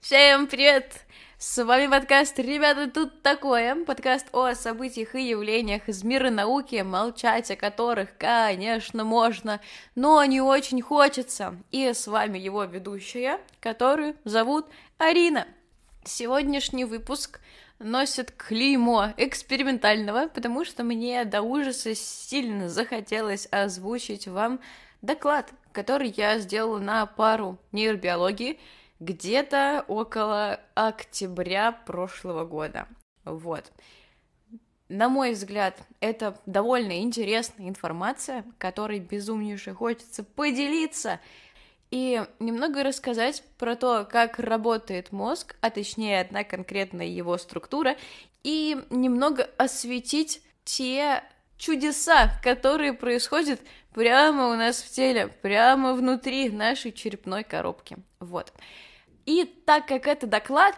Всем привет! С вами подкаст «Ребята, тут такое», подкаст о событиях и явлениях из мира науки, молчать о которых, конечно, можно, но не очень хочется. И с вами его ведущая, которую зовут Арина. Сегодняшний выпуск носит клеймо экспериментального, потому что мне до ужаса сильно захотелось озвучить вам доклад, который я сделала на пару нейробиологии, где-то около октября прошлого года. Вот. На мой взгляд, это довольно интересная информация, которой безумнейше хочется поделиться и немного рассказать про то, как работает мозг, а точнее одна конкретная его структура, и немного осветить те чудеса, которые происходят прямо у нас в теле, прямо внутри нашей черепной коробки. Вот. И так как это доклад,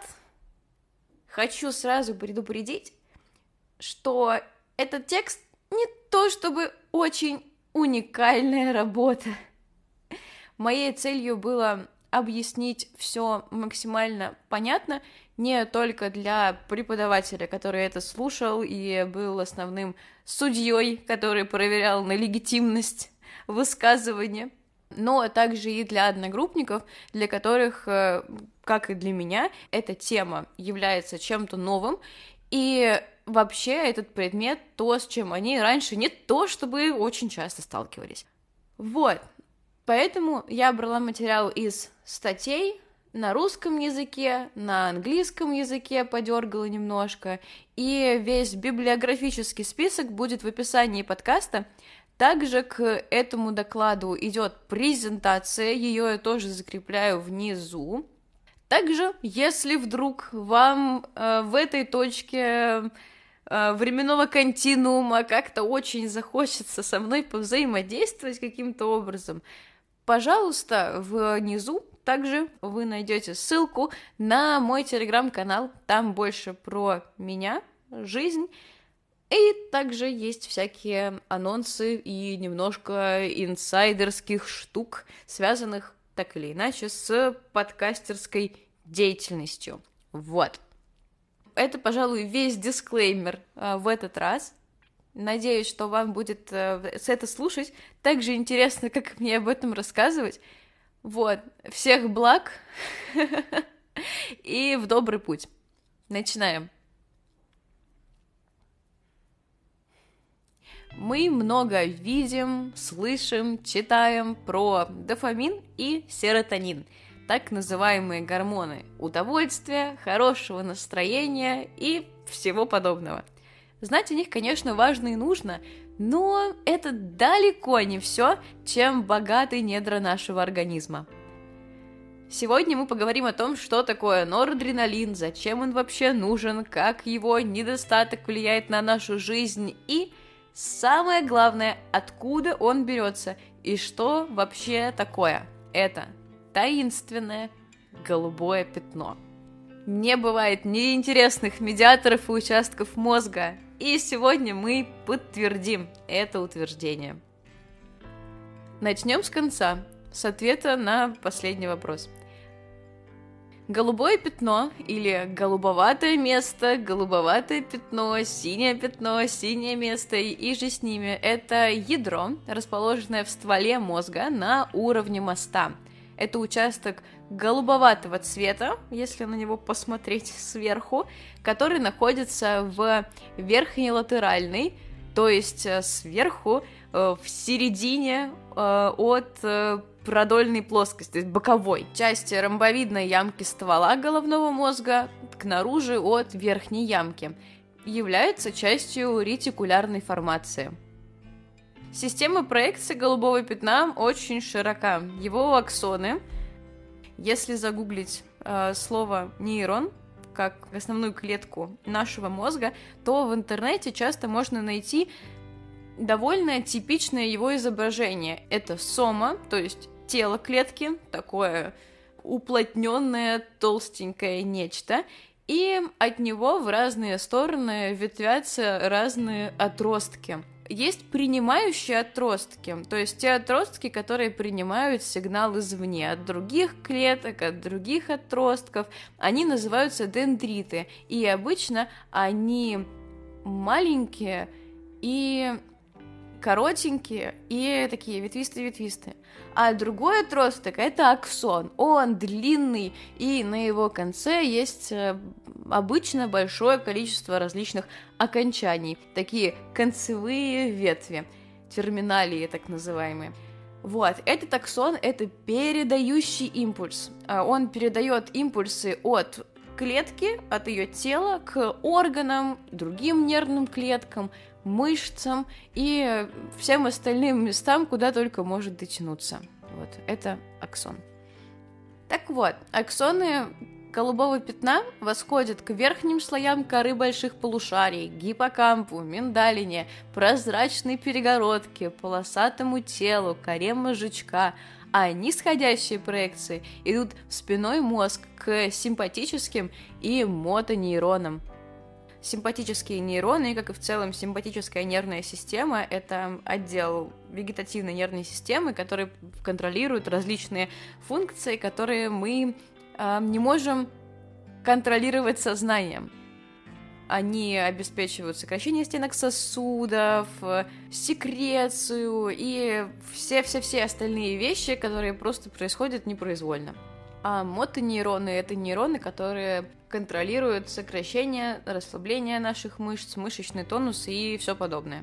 хочу сразу предупредить, что этот текст не то чтобы очень уникальная работа. Моей целью было объяснить все максимально понятно, не только для преподавателя, который это слушал и был основным судьей, который проверял на легитимность высказывания, но также и для одногруппников, для которых, как и для меня, эта тема является чем-то новым, и вообще этот предмет то, с чем они раньше не то чтобы очень часто сталкивались. Вот, поэтому я брала материал из статей на русском языке, на английском языке подергала немножко, и весь библиографический список будет в описании подкаста. Также к этому докладу идет презентация, ее я тоже закрепляю внизу. Также, если вдруг вам в этой точке временного континуума как-то очень захочется со мной повзаимодействовать каким-то образом, пожалуйста, внизу также вы найдете ссылку на мой телеграм-канал, там больше про меня, жизнь. И также есть всякие анонсы и немножко инсайдерских штук, связанных так или иначе с подкастерской деятельностью. Вот. Это, пожалуй, весь дисклеймер в этот раз. Надеюсь, что вам будет это слушать так же интересно, как мне об этом рассказывать. Вот. Всех благ и в добрый путь. Начинаем. Мы много видим, слышим, читаем про дофамин и серотонин, так называемые гормоны удовольствия, хорошего настроения и всего подобного. Знать о них, конечно, важно и нужно, но это далеко не все, чем богаты недра нашего организма. Сегодня мы поговорим о том, что такое норадреналин, зачем он вообще нужен, как его недостаток влияет на нашу жизнь и самое главное, откуда он берется и что вообще такое это таинственное голубое пятно. Не бывает неинтересных медиаторов и участков мозга, и сегодня мы подтвердим это утверждение. Начнем с конца, с ответа на последний вопрос. Голубое пятно или голубоватое место, голубоватое пятно, синее место и же с ними – это ядро, расположенное в стволе мозга на уровне моста. Это участок голубоватого цвета, если на него посмотреть сверху, который находится в верхней латеральной, то есть сверху, в середине от продольной плоскости, то есть боковой части ромбовидной ямки ствола головного мозга к наружу от верхней ямки, является частью ретикулярной формации. Система проекции голубого пятна очень широка. Его аксоны, если загуглить слово нейрон как основную клетку нашего мозга, то в интернете часто можно найти довольно типичное его изображение. Это сома, то есть тело клетки, такое уплотненное, толстенькое нечто, и от него в разные стороны ветвятся разные отростки. Есть принимающие отростки, то есть те отростки, которые принимают сигнал извне, от других клеток, от других отростков. Они называются дендриты, и обычно они маленькие и коротенькие и такие ветвистые-ветвистые. А другой отросток — это аксон. Он длинный, и на его конце есть обычно большое количество различных окончаний, такие концевые ветви, терминалии так называемые. Вот, этот аксон — это передающий импульс. Он передает импульсы от клетки, от ее тела к органам, другим нервным клеткам, мышцам и всем остальным местам, куда только может дотянуться. Вот, это аксон. Так вот, аксоны голубого пятна восходят к верхним слоям коры больших полушарий, гиппокампу, миндалине, прозрачной перегородке, полосатому телу, коре мозжечка, а нисходящие проекции идут в спинной мозг к симпатическим и мотонейронам. Симпатические нейроны, как и в целом симпатическая нервная система, это отдел вегетативной нервной системы, который контролирует различные функции, которые мы не можем контролировать сознанием. Они обеспечивают сокращение стенок сосудов, секрецию и все остальные вещи, которые просто происходят непроизвольно. А мотонейроны — это нейроны, которые контролируют сокращение, расслабление наших мышц, мышечный тонус и все подобное.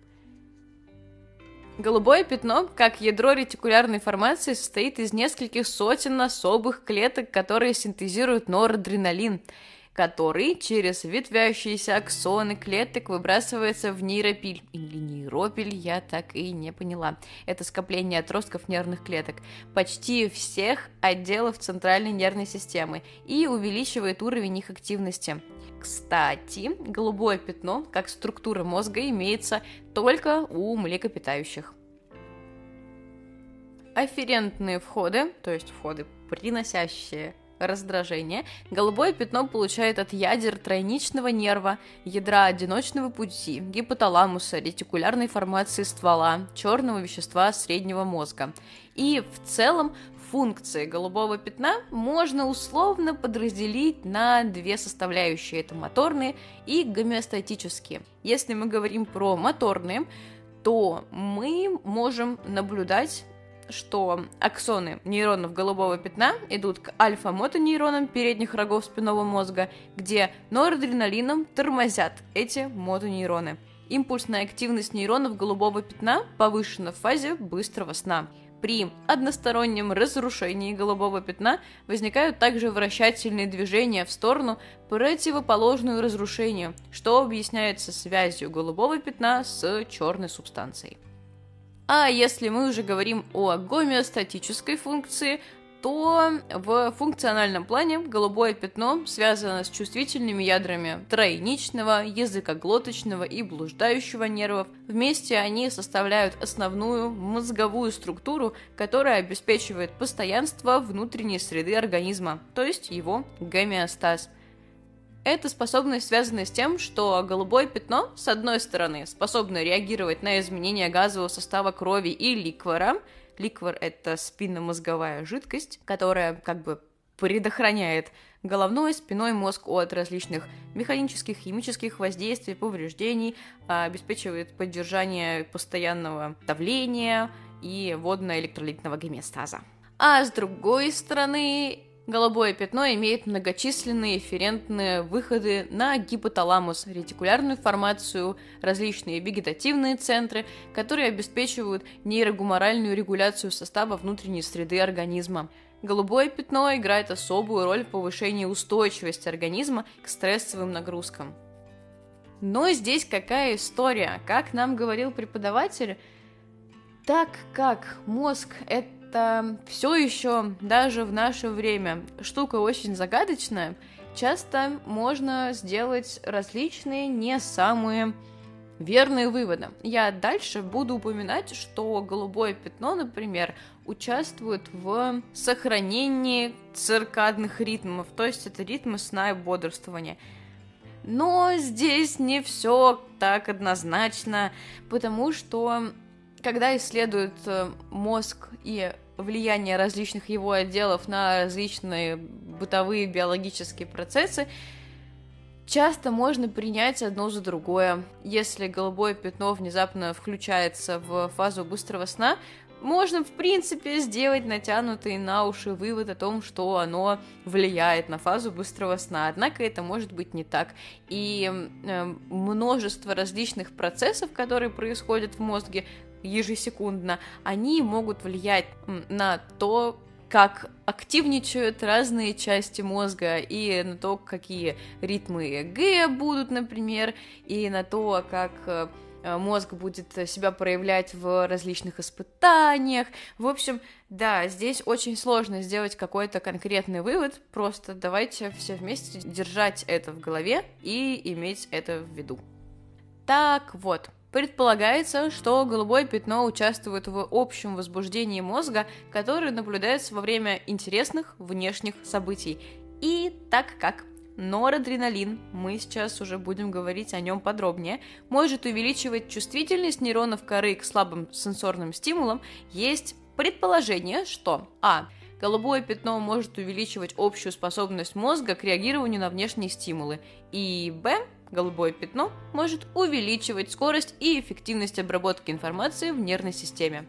Голубое пятно, как ядро ретикулярной формации, состоит из нескольких сотен особых клеток, которые синтезируют норадреналин, который через ветвящиеся аксоны клеток выбрасывается в нейропиль. Или нейропиль, я так и не поняла. Это скопление отростков нервных клеток почти всех отделов центральной нервной системы и увеличивает уровень их активности. Кстати, голубое пятно, как структура мозга, имеется только у млекопитающих. Афферентные входы, то есть входы, приносящие раздражение, голубое пятно получает от ядер тройничного нерва, ядра одиночного пути, гипоталамуса, ретикулярной формации ствола, черного вещества среднего мозга. И в целом функции голубого пятна можно условно подразделить на две составляющие. Это моторные и гомеостатические. Если мы говорим про моторные, то мы можем наблюдать, что аксоны нейронов голубого пятна идут к альфа-мотонейронам передних рогов спинного мозга, где норадреналином тормозят эти мотонейроны. Импульсная активность нейронов голубого пятна повышена в фазе быстрого сна. При одностороннем разрушении голубого пятна возникают также вращательные движения в сторону, противоположную разрушению, что объясняется связью голубого пятна с черной субстанцией. А если мы уже говорим о гомеостатической функции, то в функциональном плане голубое пятно связано с чувствительными ядрами тройничного, языкоглоточного и блуждающего нервов. Вместе они составляют основную мозговую структуру, которая обеспечивает постоянство внутренней среды организма, то есть его гомеостаз. Эта способность связана с тем, что голубое пятно, с одной стороны, способно реагировать на изменения газового состава крови и ликвора. Ликвор — это спинномозговая жидкость, которая как бы предохраняет головной, спинной мозг от различных механических, химических воздействий, повреждений, обеспечивает поддержание постоянного давления и водно-электролитного гомеостаза. А с другой стороны, голубое пятно имеет многочисленные эфферентные выходы на гипоталамус, ретикулярную формацию, различные вегетативные центры, которые обеспечивают нейрогуморальную регуляцию состава внутренней среды организма. Голубое пятно играет особую роль в повышении устойчивости организма к стрессовым нагрузкам. Но здесь какая история? Как нам говорил преподаватель, так как мозг — это все еще даже в наше время штука очень загадочная, часто можно сделать различные не самые верные выводы. Я дальше буду упоминать, что голубое пятно, например, участвует в сохранении циркадных ритмов, то есть это ритмы сна и бодрствования. Но здесь не все так однозначно, потому что когда исследуют мозг и влияние различных его отделов на различные бытовые биологические процессы, часто можно принять одно за другое. Если голубое пятно внезапно включается в фазу быстрого сна, можно, в принципе, сделать натянутый на уши вывод о том, что оно влияет на фазу быстрого сна. Однако это может быть не так. И множество различных процессов, которые происходят в мозге ежесекундно, они могут влиять на то, как активничают разные части мозга, и на то, какие ритмы ЭЭГ будут, например, и на то, как мозг будет себя проявлять в различных испытаниях. В общем, да, здесь очень сложно сделать какой-то конкретный вывод, просто давайте все вместе держать это в голове и иметь это в виду. Так вот, предполагается, что голубое пятно участвует в общем возбуждении мозга, которое наблюдается во время интересных внешних событий. И так как норадреналин, мы сейчас уже будем говорить о нем подробнее, может увеличивать чувствительность нейронов коры к слабым сенсорным стимулам, есть предположение, что голубое пятно может увеличивать общую способность мозга к реагированию на внешние стимулы, и голубое пятно может увеличивать скорость и эффективность обработки информации в нервной системе.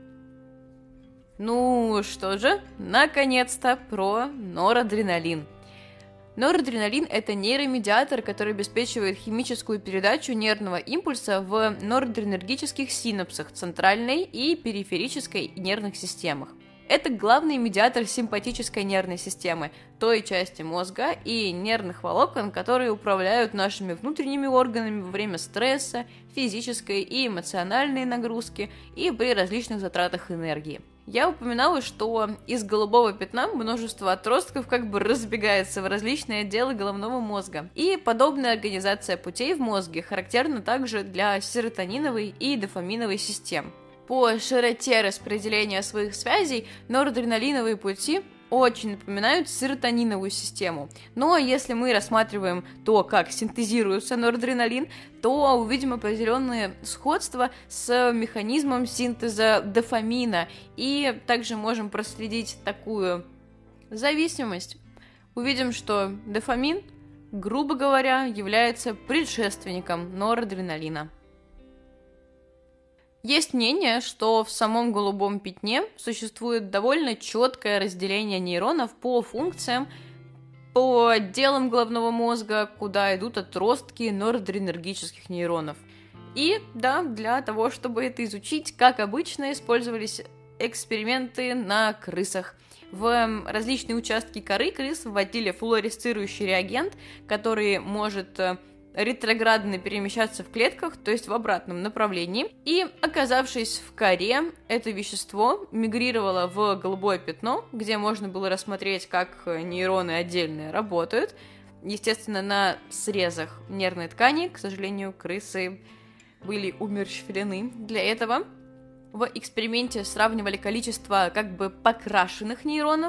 Ну что же, наконец-то про норадреналин. Норадреналин – это нейромедиатор, который обеспечивает химическую передачу нервного импульса в норадреналгических синапсах центральной и периферической нервных системах. Это главный медиатор симпатической нервной системы, той части мозга и нервных волокон, которые управляют нашими внутренними органами во время стресса, физической и эмоциональной нагрузки и при различных затратах энергии. Я упоминала, что из голубого пятна множество отростков как бы разбегается в различные отделы головного мозга. И подобная организация путей в мозге характерна также для серотониновой и дофаминовой систем. По широте распределения своих связей норадреналиновые пути очень напоминают серотониновую систему. Но если мы рассматриваем то, как синтезируется норадреналин, то увидим определенные сходства с механизмом синтеза дофамина. И также можем проследить такую зависимость. Увидим, что дофамин, грубо говоря, является предшественником норадреналина. Есть мнение, что в самом голубом пятне существует довольно четкое разделение нейронов по функциям, по отделам головного мозга, куда идут отростки норадренергических нейронов. И да, для того, чтобы это изучить, как обычно, использовались эксперименты на крысах. В различные участки коры крыс вводили флуоресцирующий реагент, который может ретроградно перемещаться в клетках, то есть в обратном направлении, и, оказавшись в коре, это вещество мигрировало в голубое пятно, где можно было рассмотреть, как нейроны отдельные работают. Естественно, на срезах нервной ткани, к сожалению, крысы были умерщвлены для этого. В эксперименте сравнивали количество как бы покрашенных нейронов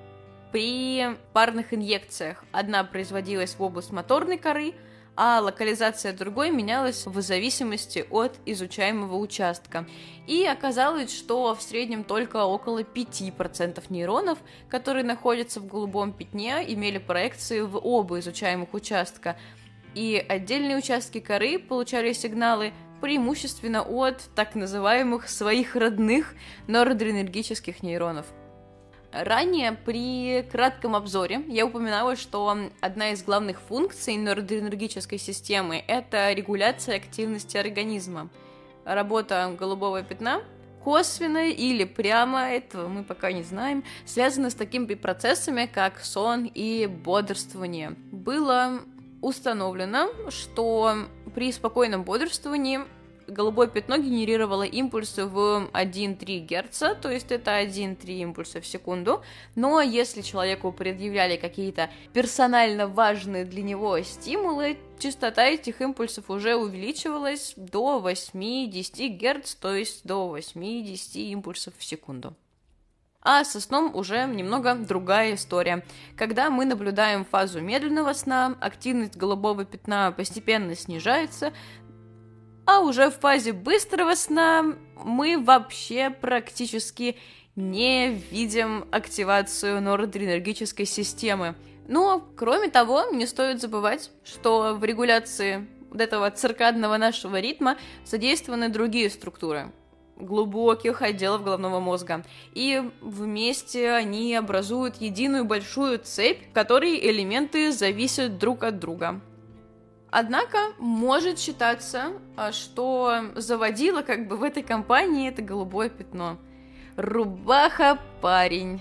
при парных инъекциях. Одна производилась в область моторной коры, а локализация другой менялась в зависимости от изучаемого участка. И оказалось, что в среднем только около 5% нейронов, которые находятся в голубом пятне, имели проекции в оба изучаемых участка. И отдельные участки коры получали сигналы преимущественно от так называемых своих родных норадренергических нейронов. Ранее при кратком обзоре я упоминала, что одна из главных функций норадренергической системы – это регуляция активности организма. Работа голубого пятна косвенно или прямо, этого мы пока не знаем, связана с такими процессами, как сон и бодрствование. Было установлено, что при спокойном бодрствовании голубое пятно генерировало импульсы в 1,3 Гц, то есть это 1,3 импульса в секунду, но если человеку предъявляли какие-то персонально важные для него стимулы, частота этих импульсов уже увеличивалась до 8-10 Гц, то есть до 8-10 импульсов в секунду. А со сном уже немного другая история. Когда мы наблюдаем фазу медленного сна, активность голубого пятна постепенно снижается, а уже в фазе быстрого сна мы вообще практически не видим активацию норадреnergической системы. Но, кроме того, не стоит забывать, что в регуляции вот этого циркадного нашего ритма задействованы другие структуры глубоких отделов головного мозга. И вместе они образуют единую большую цепь, в которой элементы зависят друг от друга. Однако может считаться, что заводила в этой компании это голубое пятно. Рубаха парень.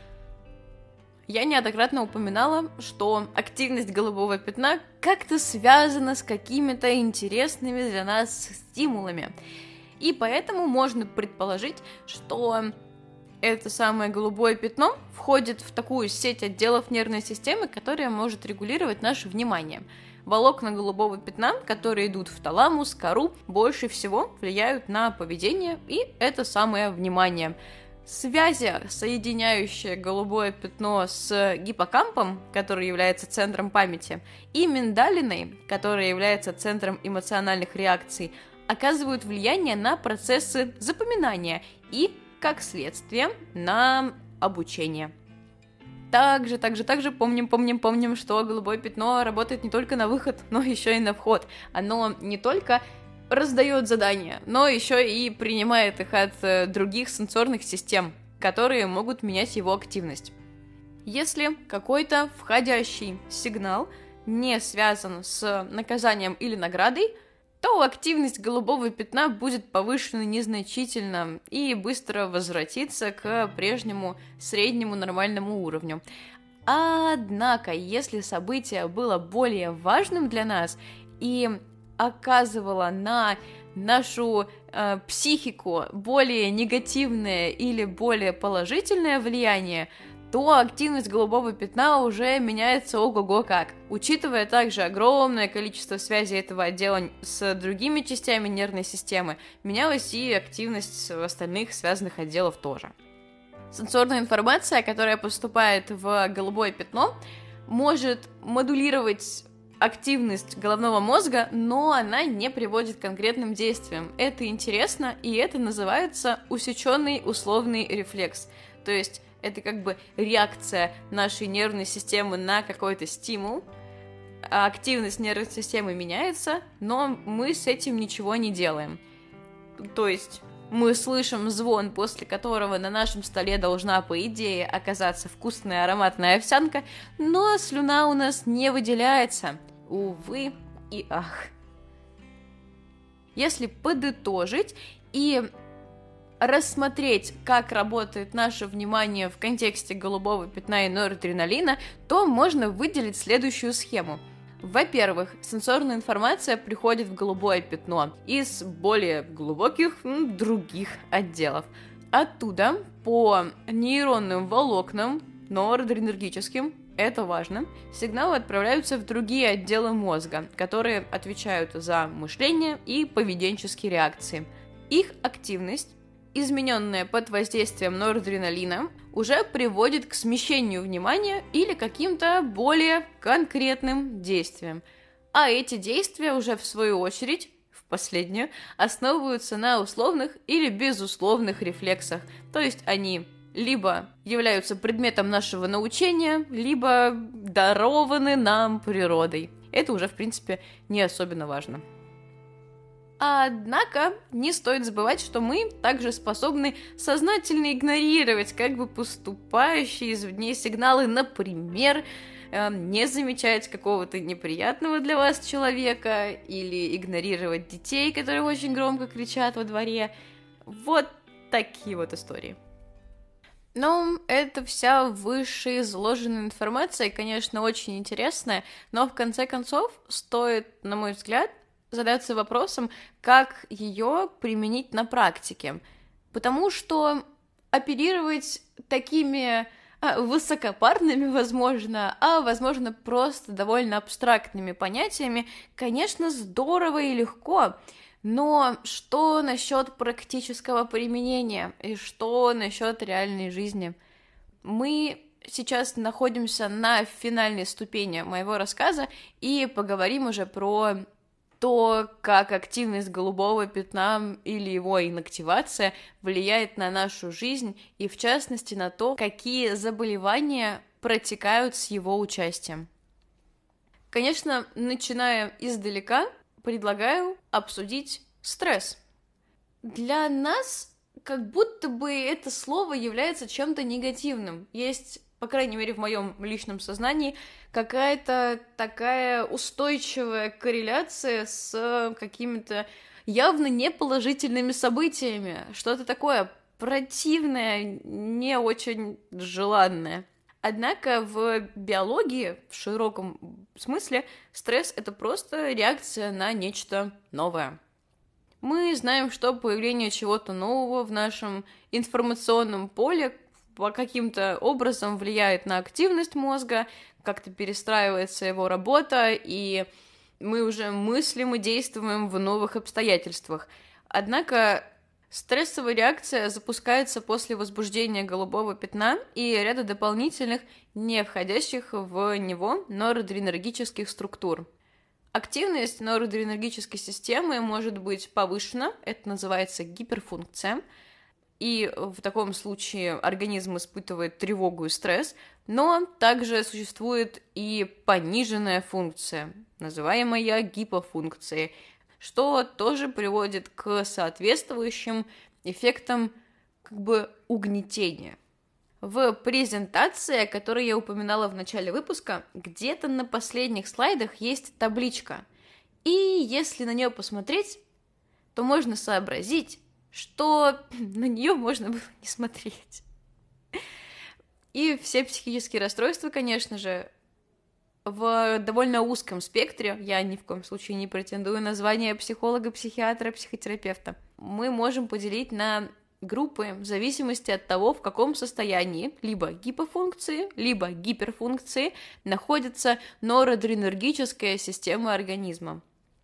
Я неоднократно упоминала, что активность голубого пятна как-то связана с какими-то интересными для нас стимулами. И поэтому можно предположить, что это самое голубое пятно входит в такую сеть отделов нервной системы, которая может регулировать наше внимание. Волокна голубого пятна, которые идут в таламус, кору, больше всего влияют на поведение и это самое внимание. Связи, соединяющие голубое пятно с гиппокампом, который является центром памяти, и миндалиной, которая является центром эмоциональных реакций, оказывают влияние на процессы запоминания и, как следствие, на обучение. Также помним, что голубое пятно работает не только на выход, но еще и на вход. Оно не только раздает задания, но еще и принимает их от других сенсорных систем, которые могут менять его активность. Если какой-то входящий сигнал не связан с наказанием или наградой, то активность голубого пятна будет повышена незначительно и быстро возвратится к прежнему среднему нормальному уровню. Однако, если событие было более важным для нас и оказывало на нашу психику более негативное или более положительное влияние, то активность голубого пятна уже меняется ого-го как. Учитывая также огромное количество связей этого отдела с другими частями нервной системы, менялась и активность остальных связанных отделов тоже. Сенсорная информация, которая поступает в голубое пятно, может модулировать активность головного мозга, но она не приводит к конкретным действиям. Это интересно, и это называется усеченный условный рефлекс. То есть это реакция нашей нервной системы на какой-то стимул, а активность нервной системы меняется, но мы с этим ничего не делаем. То есть мы слышим звон, после которого на нашем столе должна, по идее, оказаться вкусная ароматная овсянка, но слюна у нас не выделяется. Увы и ах. Если подытожить и рассмотреть, как работает наше внимание в контексте голубого пятна и норадреналина, то можно выделить следующую схему. Во-первых, сенсорная информация приходит в голубое пятно из более глубоких других отделов. Оттуда по нейронным волокнам, норадреnergическим, это важно, сигналы отправляются в другие отделы мозга, которые отвечают за мышление и поведенческие реакции. Их активность, измененная под воздействием норадреналина, уже приводит к смещению внимания или каким-то более конкретным действиям. А эти действия уже в свою очередь, в последнюю, основываются на условных или безусловных рефлексах, то есть они либо являются предметом нашего научения, либо дарованы нам природой. Это уже, в принципе, не особенно важно. Однако не стоит забывать, что мы также способны сознательно игнорировать поступающие извне сигналы, например, не замечать какого-то неприятного для вас человека или игнорировать детей, которые очень громко кричат во дворе. Вот такие вот истории. Ну, это вся вышеизложенная информация, конечно, очень интересная, но в конце концов стоит, на мой взгляд, задаться вопросом, как ее применить на практике. Потому что оперировать такими высокопарными, возможно, просто довольно абстрактными понятиями, конечно, здорово и легко. Но что насчет практического применения и что насчет реальной жизни? Мы сейчас находимся на финальной ступени моего рассказа и поговорим уже про то, как активность голубого пятна или его инактивация влияет на нашу жизнь и, в частности, на то, какие заболевания протекают с его участием. Конечно, начиная издалека, предлагаю обсудить стресс. Для нас как будто бы это слово является чем-то негативным. Есть, по крайней мере, в моем личном сознании, какая-то такая устойчивая корреляция с какими-то явно неположительными событиями. Что-то такое противное, не очень желанное. Однако в биологии, в широком смысле, стресс — это просто реакция на нечто новое. Мы знаем, что появление чего-то нового в нашем информационном поле по каким-то образом влияет на активность мозга, как-то перестраивается его работа, и мы уже мыслим и действуем в новых обстоятельствах. Однако стрессовая реакция запускается после возбуждения голубого пятна и ряда дополнительных, не входящих в него, норадреналгических структур. Активность норадреналгической системы может быть повышена, это называется гиперфункция, и в таком случае организм испытывает тревогу и стресс, но также существует и пониженная функция, называемая гипофункцией, что тоже приводит к соответствующим эффектам угнетения. В презентации, о которой я упоминала в начале выпуска, где-то на последних слайдах есть табличка, и если на нее посмотреть, то можно сообразить, что на нее можно было не смотреть. И все психические расстройства, конечно же, в довольно узком спектре, я ни в коем случае не претендую на звание психолога, психиатра, психотерапевта, мы можем поделить на группы в зависимости от того, в каком состоянии либо гипофункции, либо гиперфункции находится норадреналгическая система организма.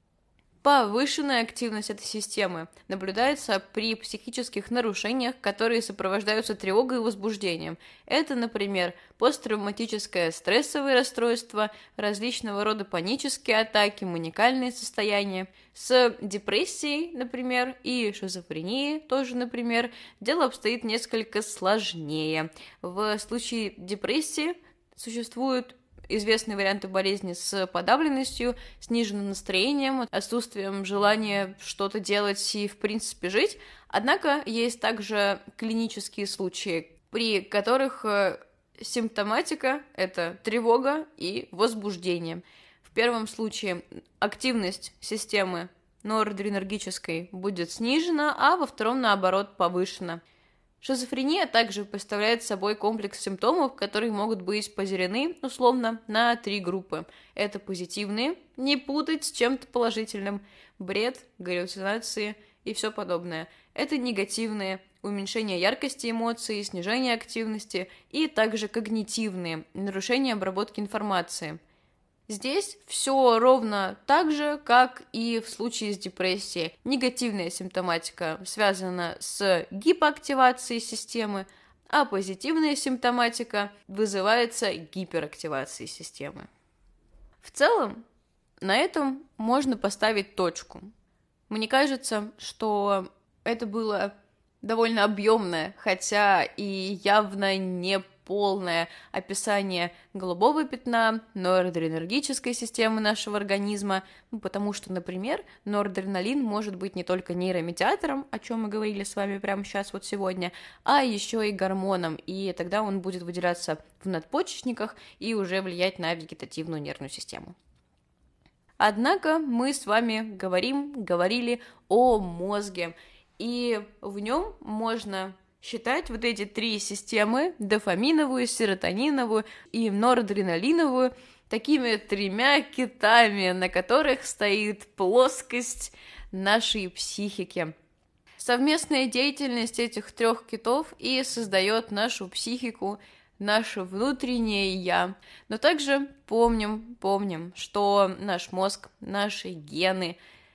Повышенная активность этой системы наблюдается при психических нарушениях, которые сопровождаются тревогой и возбуждением. Это, например, посттравматическое стрессовое расстройство, различного рода панические атаки, маниакальные состояния. С депрессией, например, и шизофренией тоже, например, дело обстоит несколько сложнее. В случае депрессии существуют известные варианты болезни с подавленностью, сниженным настроением, отсутствием желания что-то делать и, в принципе, жить. Однако есть также клинические случаи, при которых симптоматика — это тревога и возбуждение. В первом случае активность системы норадреналгической будет снижена, а во втором, наоборот, повышена. Шизофрения также представляет собой комплекс симптомов, которые могут быть поделены, условно, на 3 группы. Это позитивные, не путать с чем-то положительным, бред, галлюцинации и все подобное. Это негативные, уменьшение яркости эмоций, снижение активности, и также когнитивные, нарушение обработки информации. Здесь все ровно так же, как и в случае с депрессией. Негативная симптоматика связана с гипоактивацией системы, а позитивная симптоматика вызывается гиперактивацией системы. В целом, на этом можно поставить точку. Мне кажется, что это было довольно объемное, хотя и явно не полное описание голубого пятна, норадреналгической системы нашего организма, потому что, например, норадреналин может быть не только нейромедиатором, о чем мы говорили с вами прямо сейчас, вот сегодня, а еще и гормоном, и тогда он будет выделяться в надпочечниках и уже влиять на вегетативную нервную систему. Однако мы с вами говорили о мозге, и в нем можно считать вот эти 3 системы, дофаминовую, серотониновую и норадреналиновую, такими 3 китами, на которых стоит плоскость нашей психики. Совместная деятельность этих 3 китов и создает нашу психику, наше внутреннее «я». Но также помним, что наш мозг, наши гены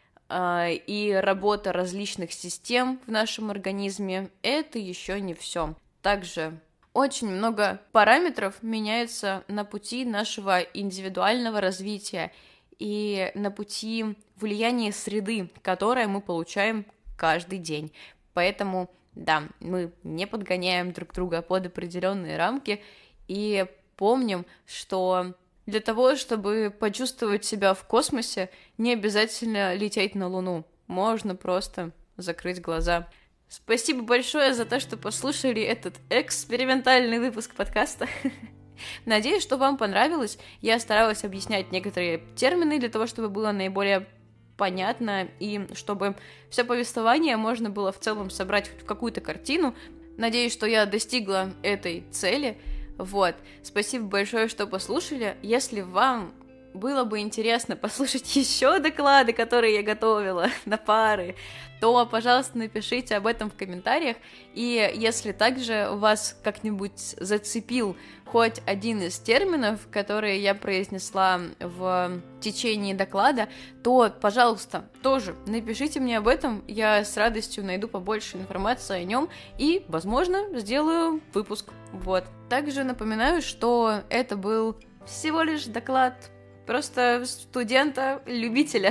и работа различных систем в нашем организме — это еще не все. Также очень много параметров меняется на пути нашего индивидуального развития и на пути влияния среды, которое мы получаем каждый день. Поэтому, да, мы не подгоняем друг друга под определенные рамки и помним, что для того, чтобы почувствовать себя в космосе, не обязательно лететь на Луну. Можно просто закрыть глаза. Спасибо большое за то, что послушали этот экспериментальный выпуск подкаста. Надеюсь, что вам понравилось. Я старалась объяснять некоторые термины для того, чтобы было наиболее понятно и чтобы все повествование можно было в целом собрать в какую-то картину. Надеюсь, что я достигла этой цели. Вот. Спасибо большое, что послушали. Если вам было бы интересно послушать еще доклады, которые я готовила на пары, то, пожалуйста, напишите об этом в комментариях. И если также вас как-нибудь зацепил хоть один из терминов, которые я произнесла в течение доклада, то, пожалуйста, тоже напишите мне об этом. Я с радостью найду побольше информации о нем и, возможно, сделаю выпуск. Вот. Также напоминаю, что это был всего лишь доклад просто студента-любителя.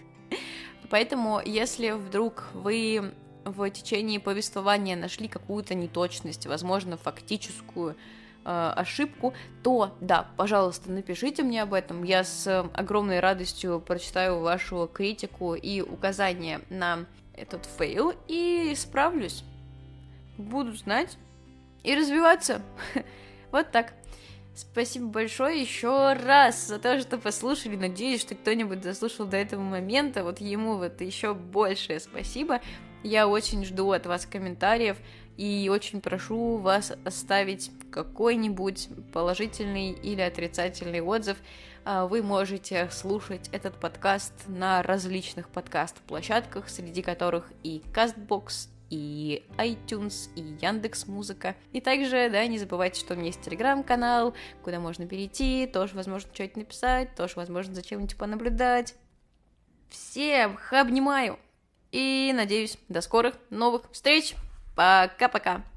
Поэтому, если вдруг вы в течение повествования нашли какую-то неточность, возможно, фактическую ошибку, то, да, пожалуйста, напишите мне об этом. Я с огромной радостью прочитаю вашу критику и указания на этот фейл и справлюсь. Буду знать и развиваться. Вот так. Спасибо большое еще раз за то, что послушали. Надеюсь, что кто-нибудь дослушал до этого момента. Вот ему вот еще большее спасибо. Я очень жду от вас комментариев и очень прошу вас оставить какой-нибудь положительный или отрицательный отзыв. Вы можете слушать этот подкаст на различных подкаст-площадках, среди которых и CastBox, и iTunes, и Яндекс.Музыка. И также, да, не забывайте, что у меня есть телеграм-канал, куда можно перейти, тоже возможно что-нибудь написать, тоже возможно за чем-нибудь понаблюдать. Всех обнимаю! И надеюсь, до скорых новых встреч! Пока-пока!